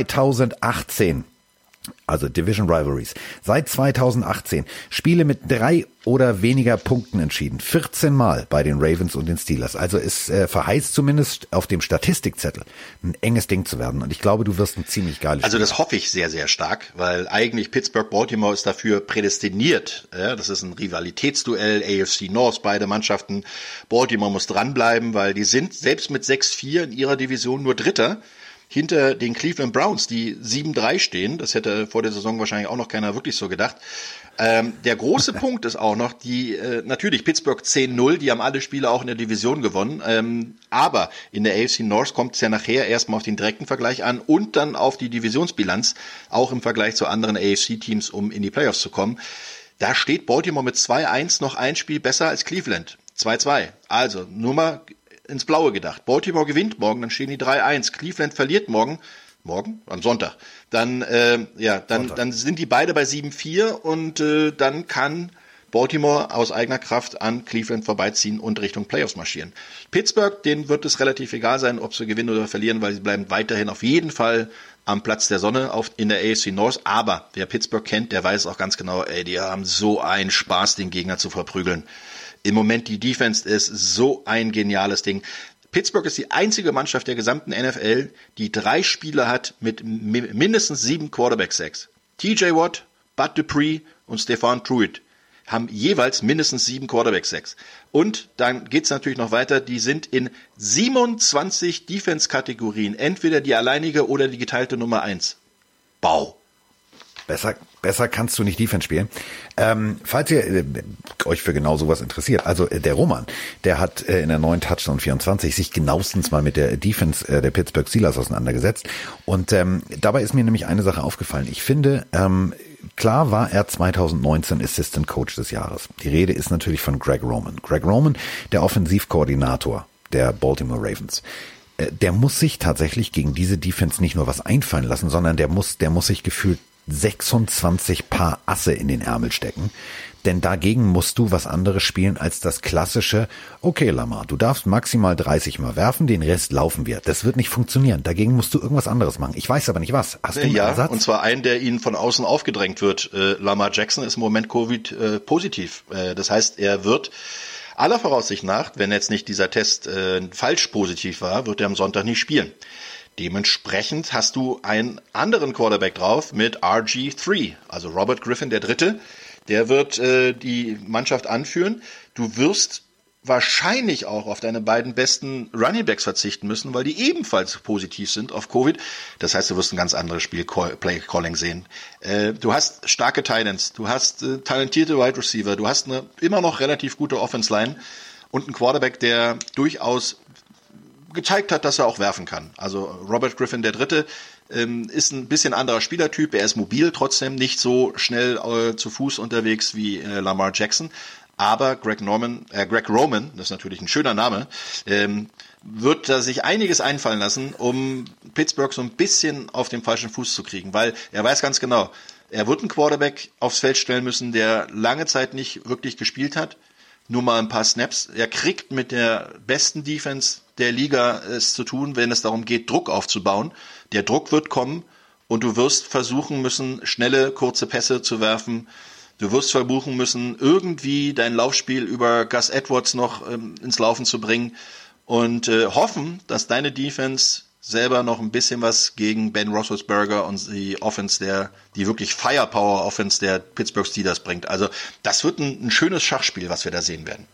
[SPEAKER 1] 2018, also Division Rivalries, seit 2018 Spiele mit 3 oder weniger Punkten entschieden. 14 Mal bei den Ravens und den Steelers. Also es verheißt zumindest auf dem Statistikzettel ein enges Ding zu werden. Und ich glaube, du wirst ein ziemlich geiles Spiel.
[SPEAKER 2] Also das hoffe ich sehr, sehr stark, weil eigentlich Pittsburgh-Baltimore ist dafür prädestiniert. Ja, das ist ein Rivalitätsduell, AFC North, beide Mannschaften. Baltimore muss dranbleiben, weil die sind selbst mit 6-4 in ihrer Division nur Dritter. Hinter den Cleveland Browns, die 7-3 stehen. Das hätte vor der Saison wahrscheinlich auch noch keiner wirklich so gedacht. Der große Punkt ist auch noch, natürlich Pittsburgh 10-0, die haben alle Spiele auch in der Division gewonnen. Aber in der AFC North kommt es ja nachher erstmal auf den direkten Vergleich an und dann auf die Divisionsbilanz, auch im Vergleich zu anderen AFC-Teams, um in die Playoffs zu kommen. Da steht Baltimore mit 2-1 noch ein Spiel besser als Cleveland. 2-2. Also nur mal ins Blaue gedacht. Baltimore gewinnt morgen, dann stehen die 3-1. Cleveland verliert morgen, am Sonntag. Dann sind die beide bei 7-4 und dann kann Baltimore aus eigener Kraft an Cleveland vorbeiziehen und Richtung Playoffs marschieren. Pittsburgh, denen wird es relativ egal sein, ob sie gewinnen oder verlieren, weil sie bleiben weiterhin auf jeden Fall am Platz der Sonne in der AFC North. Aber wer Pittsburgh kennt, der weiß auch ganz genau, die haben so einen Spaß, den Gegner zu verprügeln. Im Moment die Defense ist so ein geniales Ding. Pittsburgh ist die einzige Mannschaft der gesamten NFL, die 3 Spieler hat mit mindestens 7 Quarterback-Sacks. TJ Watt, Bud Dupree und Stephon Tuitt haben jeweils mindestens 7 Quarterback-Sacks. Und dann geht's natürlich noch weiter, die sind in 27 Defense-Kategorien, entweder die alleinige oder die geteilte Nummer 1. Bau.
[SPEAKER 1] Besser kannst du nicht Defense spielen. Falls ihr euch für genau sowas interessiert, also der Roman, der hat in der neuen Touchdown 24 sich genauestens mal mit der Defense der Pittsburgh Steelers auseinandergesetzt. Und dabei ist mir nämlich eine Sache aufgefallen. Ich finde, klar war er 2019 Assistant Coach des Jahres. Die Rede ist natürlich von Greg Roman. Greg Roman, der Offensivkoordinator der Baltimore Ravens. Der muss sich tatsächlich gegen diese Defense nicht nur was einfallen lassen, sondern der muss sich gefühlt 26 Paar Asse in den Ärmel stecken. Denn dagegen musst du was anderes spielen als das klassische, okay Lamar, du darfst maximal 30 Mal werfen, den Rest laufen wir. Das wird nicht funktionieren. Dagegen musst du irgendwas anderes machen. Ich weiß aber nicht was. Hast du einen Ersatz?
[SPEAKER 2] Und zwar einen, der ihnen von außen aufgedrängt wird. Lamar Jackson ist im Moment Covid-positiv. Das heißt, er wird aller Voraussicht nach, wenn jetzt nicht dieser Test falsch positiv war, wird er am Sonntag nicht spielen. Dementsprechend hast du einen anderen Quarterback drauf mit RG3, also Robert Griffin III. Der wird die Mannschaft anführen. Du wirst wahrscheinlich auch auf deine beiden besten Runningbacks verzichten müssen, weil die ebenfalls positiv sind auf Covid. Das heißt, du wirst ein ganz anderes Play-Calling sehen. Du hast starke Titans, du hast talentierte Wide Receiver, du hast eine immer noch relativ gute Offense-Line und einen Quarterback, der durchaus gezeigt hat, dass er auch werfen kann. Also Robert Griffin III. Ist ein bisschen anderer Spielertyp. Er ist mobil, trotzdem nicht so schnell zu Fuß unterwegs wie Lamar Jackson. Aber Greg Roman, das ist natürlich ein schöner Name, wird da sich einiges einfallen lassen, um Pittsburgh so ein bisschen auf den falschen Fuß zu kriegen. Weil er weiß ganz genau, er wird einen Quarterback aufs Feld stellen müssen, der lange Zeit nicht wirklich gespielt hat. Nur mal ein paar Snaps. Er kriegt mit der besten Defense der Liga es zu tun, wenn es darum geht, Druck aufzubauen. Der Druck wird kommen und du wirst versuchen müssen, schnelle, kurze Pässe zu werfen. Du wirst versuchen müssen, irgendwie dein Laufspiel über Gus Edwards noch ins Laufen zu bringen und hoffen, dass deine Defense selber noch ein bisschen was gegen Ben Roethlisberger und die Offense die wirklich Firepower-Offense der Pittsburgh Steelers bringt. Also das wird ein schönes Schachspiel, was wir da sehen werden.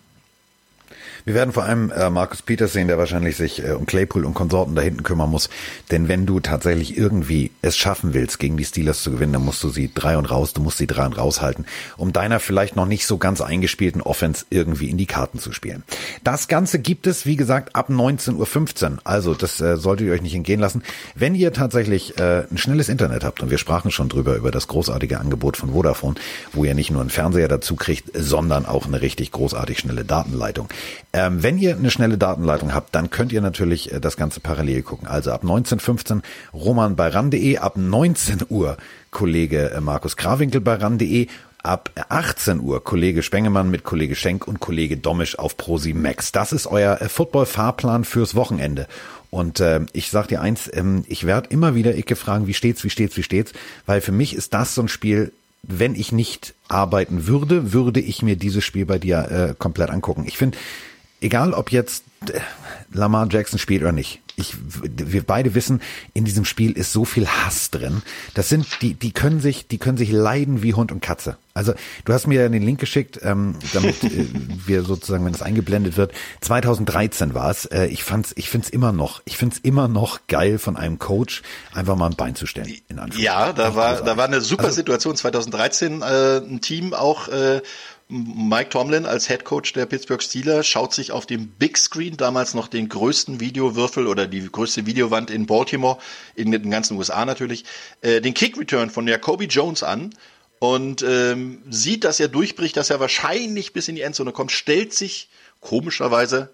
[SPEAKER 1] Wir werden vor allem Marcus Peters sehen, der wahrscheinlich sich um Claypool und Konsorten da hinten kümmern muss. Denn wenn du tatsächlich irgendwie es schaffen willst, gegen die Steelers zu gewinnen, dann musst du sie 3 und raus halten, um deiner vielleicht noch nicht so ganz eingespielten Offense irgendwie in die Karten zu spielen. Das Ganze gibt es, wie gesagt, ab 19:15 Uhr. Also das solltet ihr euch nicht entgehen lassen. Wenn ihr tatsächlich ein schnelles Internet habt, und wir sprachen schon drüber, über das großartige Angebot von Vodafone, wo ihr nicht nur einen Fernseher dazu kriegt, sondern auch eine richtig großartig schnelle Datenleitung. Wenn ihr eine schnelle Datenleitung habt, dann könnt ihr natürlich das Ganze parallel gucken. Also ab 19:15 Roman bei ran.de, ab 19 Uhr Kollege Markus Krawinkel bei ran.de, ab 18 Uhr Kollege Spengemann mit Kollege Schenk und Kollege Domisch auf Pro7 Max. Das ist euer Football-Fahrplan fürs Wochenende. Und ich sag dir eins, ich werde immer wieder Icke fragen, wie steht's, weil für mich ist das so ein Spiel, wenn ich nicht arbeiten würde ich mir dieses Spiel bei dir komplett angucken. Ich finde, egal ob jetzt Lamar Jackson spielt oder nicht, wir beide wissen, in diesem Spiel ist so viel Hass drin. Das sind, die können sich leiden wie Hund und Katze. Also du hast mir den Link geschickt, damit wir sozusagen, wenn es eingeblendet wird, 2013 war es. Ich find's immer noch geil, von einem Coach einfach mal ein Bein zu stellen.
[SPEAKER 2] Ja, da war eine super Situation 2013, ein Team auch, Mike Tomlin als Head Coach der Pittsburgh Steelers schaut sich auf dem Big Screen damals noch den größten Videowürfel oder die größte Videowand in Baltimore, in den ganzen USA natürlich, den Kick Return von Jacoby Jones an und sieht, dass er durchbricht, dass er wahrscheinlich bis in die Endzone kommt, stellt sich komischerweise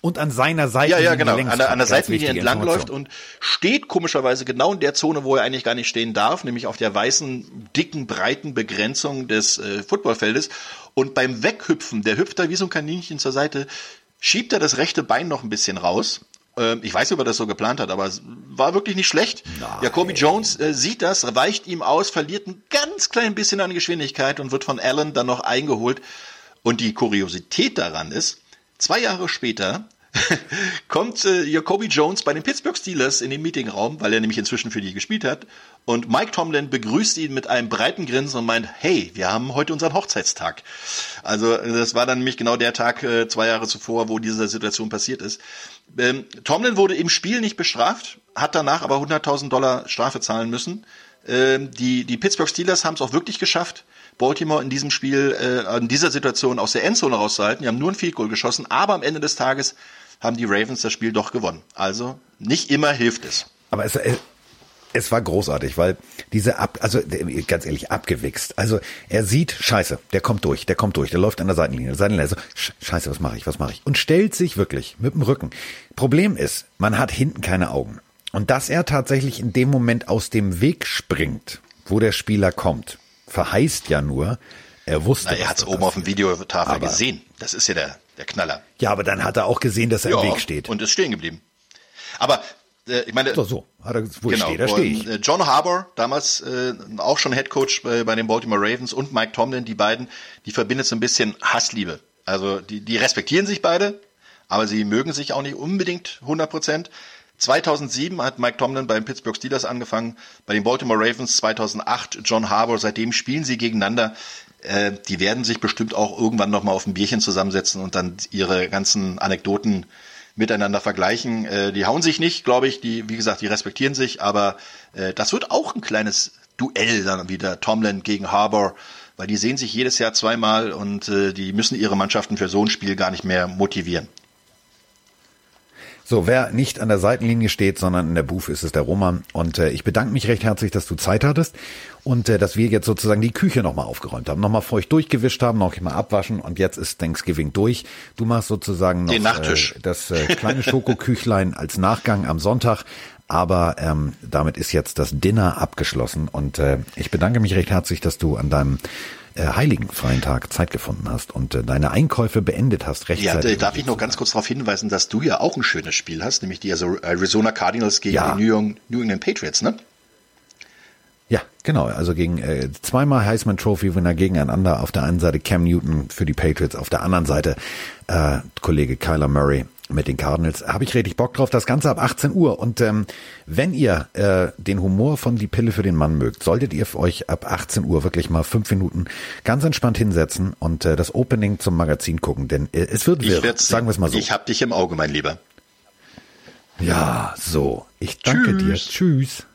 [SPEAKER 1] Und an seiner Seite.
[SPEAKER 2] Ja, genau. An der Seitenlinie entlangläuft und steht komischerweise genau in der Zone, wo er eigentlich gar nicht stehen darf, nämlich auf der weißen, dicken, breiten Begrenzung des Footballfeldes. Und beim Weghüpfen, der hüpft da wie so ein Kaninchen zur Seite, schiebt er das rechte Bein noch ein bisschen raus. Ich weiß nicht, ob er das so geplant hat, aber es war wirklich nicht schlecht. Nein. Jacoby Jones sieht das, weicht ihm aus, verliert ein ganz klein bisschen an Geschwindigkeit und wird von Allen dann noch eingeholt. Und die Kuriosität daran ist, 2 Jahre später kommt Jacoby Jones bei den Pittsburgh Steelers in den Meetingraum, weil er nämlich inzwischen für die gespielt hat. Und Mike Tomlin begrüßt ihn mit einem breiten Grinsen und meint, hey, wir haben heute unseren Hochzeitstag. Also das war dann nämlich genau der Tag 2 Jahre zuvor, wo diese Situation passiert ist. Tomlin wurde im Spiel nicht bestraft, hat danach aber $100.000 Strafe zahlen müssen. Die Pittsburgh Steelers haben es auch wirklich geschafft, Baltimore in diesem Spiel, in dieser Situation aus der Endzone rauszuhalten. Die haben nur ein Field Goal geschossen, aber am Ende des Tages haben die Ravens das Spiel doch gewonnen. Also nicht immer hilft es.
[SPEAKER 1] Aber es war großartig, weil ganz ehrlich, abgewichst. Also er sieht, scheiße, der kommt durch, der läuft an der Seitenlinie, so, scheiße, was mache ich? Und stellt sich wirklich mit dem Rücken. Problem ist, man hat hinten keine Augen. Und dass er tatsächlich in dem Moment aus dem Weg springt, wo der Spieler kommt, verheißt ja nur, er wusste.
[SPEAKER 2] Er hat es oben auf dem Videotafel gesehen. Das ist ja der Knaller.
[SPEAKER 1] Ja, aber dann hat er auch gesehen, dass er im Weg steht.
[SPEAKER 2] Und ist stehen geblieben. Aber ich meine,
[SPEAKER 1] so hat er, wo ich stehe, da stehe ich.
[SPEAKER 2] John Harbaugh, damals auch schon Headcoach bei den Baltimore Ravens, und Mike Tomlin, die beiden, die verbindet so ein bisschen Hassliebe. Also die respektieren sich beide, aber sie mögen sich auch nicht unbedingt 100%. 2007 hat Mike Tomlin bei den Pittsburgh Steelers angefangen, bei den Baltimore Ravens 2008 John Harbaugh. Seitdem spielen sie gegeneinander. Die werden sich bestimmt auch irgendwann nochmal auf ein Bierchen zusammensetzen und dann ihre ganzen Anekdoten miteinander vergleichen. Die hauen sich nicht, glaube ich. Wie gesagt, die respektieren sich, aber das wird auch ein kleines Duell dann wieder, Tomlin gegen Harbaugh, weil die sehen sich jedes Jahr 2-mal und die müssen ihre Mannschaften für so ein Spiel gar nicht mehr motivieren.
[SPEAKER 1] So, wer nicht an der Seitenlinie steht, sondern in der Booth, ist es der Roman. Und ich bedanke mich recht herzlich, dass du Zeit hattest und dass wir jetzt sozusagen die Küche nochmal aufgeräumt haben, nochmal feucht durchgewischt haben, noch mal abwaschen und jetzt ist Thanksgiving durch. Du machst sozusagen noch
[SPEAKER 2] den Nachtisch.
[SPEAKER 1] Das kleine Schokoküchlein als Nachgang am Sonntag. Aber damit ist jetzt das Dinner abgeschlossen und ich bedanke mich recht herzlich, dass du an deinem heiligen freien Tag Zeit gefunden hast und deine Einkäufe beendet hast. Rechtzeitig.
[SPEAKER 2] Ja, darf ich noch ganz kurz darauf hinweisen, dass du ja auch ein schönes Spiel hast, nämlich die Arizona Cardinals gegen die New England Patriots, ne?
[SPEAKER 1] Ja, genau. Also gegen 2-mal Heisman Trophy Winner gegeneinander. Auf der einen Seite Cam Newton für die Patriots, auf der anderen Seite Kollege Kyler Murray mit den Cardinals. Habe ich richtig Bock drauf. Das Ganze ab 18 Uhr. Und wenn ihr den Humor von Die Pille für den Mann mögt, solltet ihr euch ab 18 Uhr wirklich mal 5 Minuten ganz entspannt hinsetzen und das Opening zum Magazin gucken. Denn es wird wirr, sagen wir es mal so.
[SPEAKER 2] Ich hab dich im Auge, mein Lieber.
[SPEAKER 1] Ja, so. Ich danke dir. Tschüss.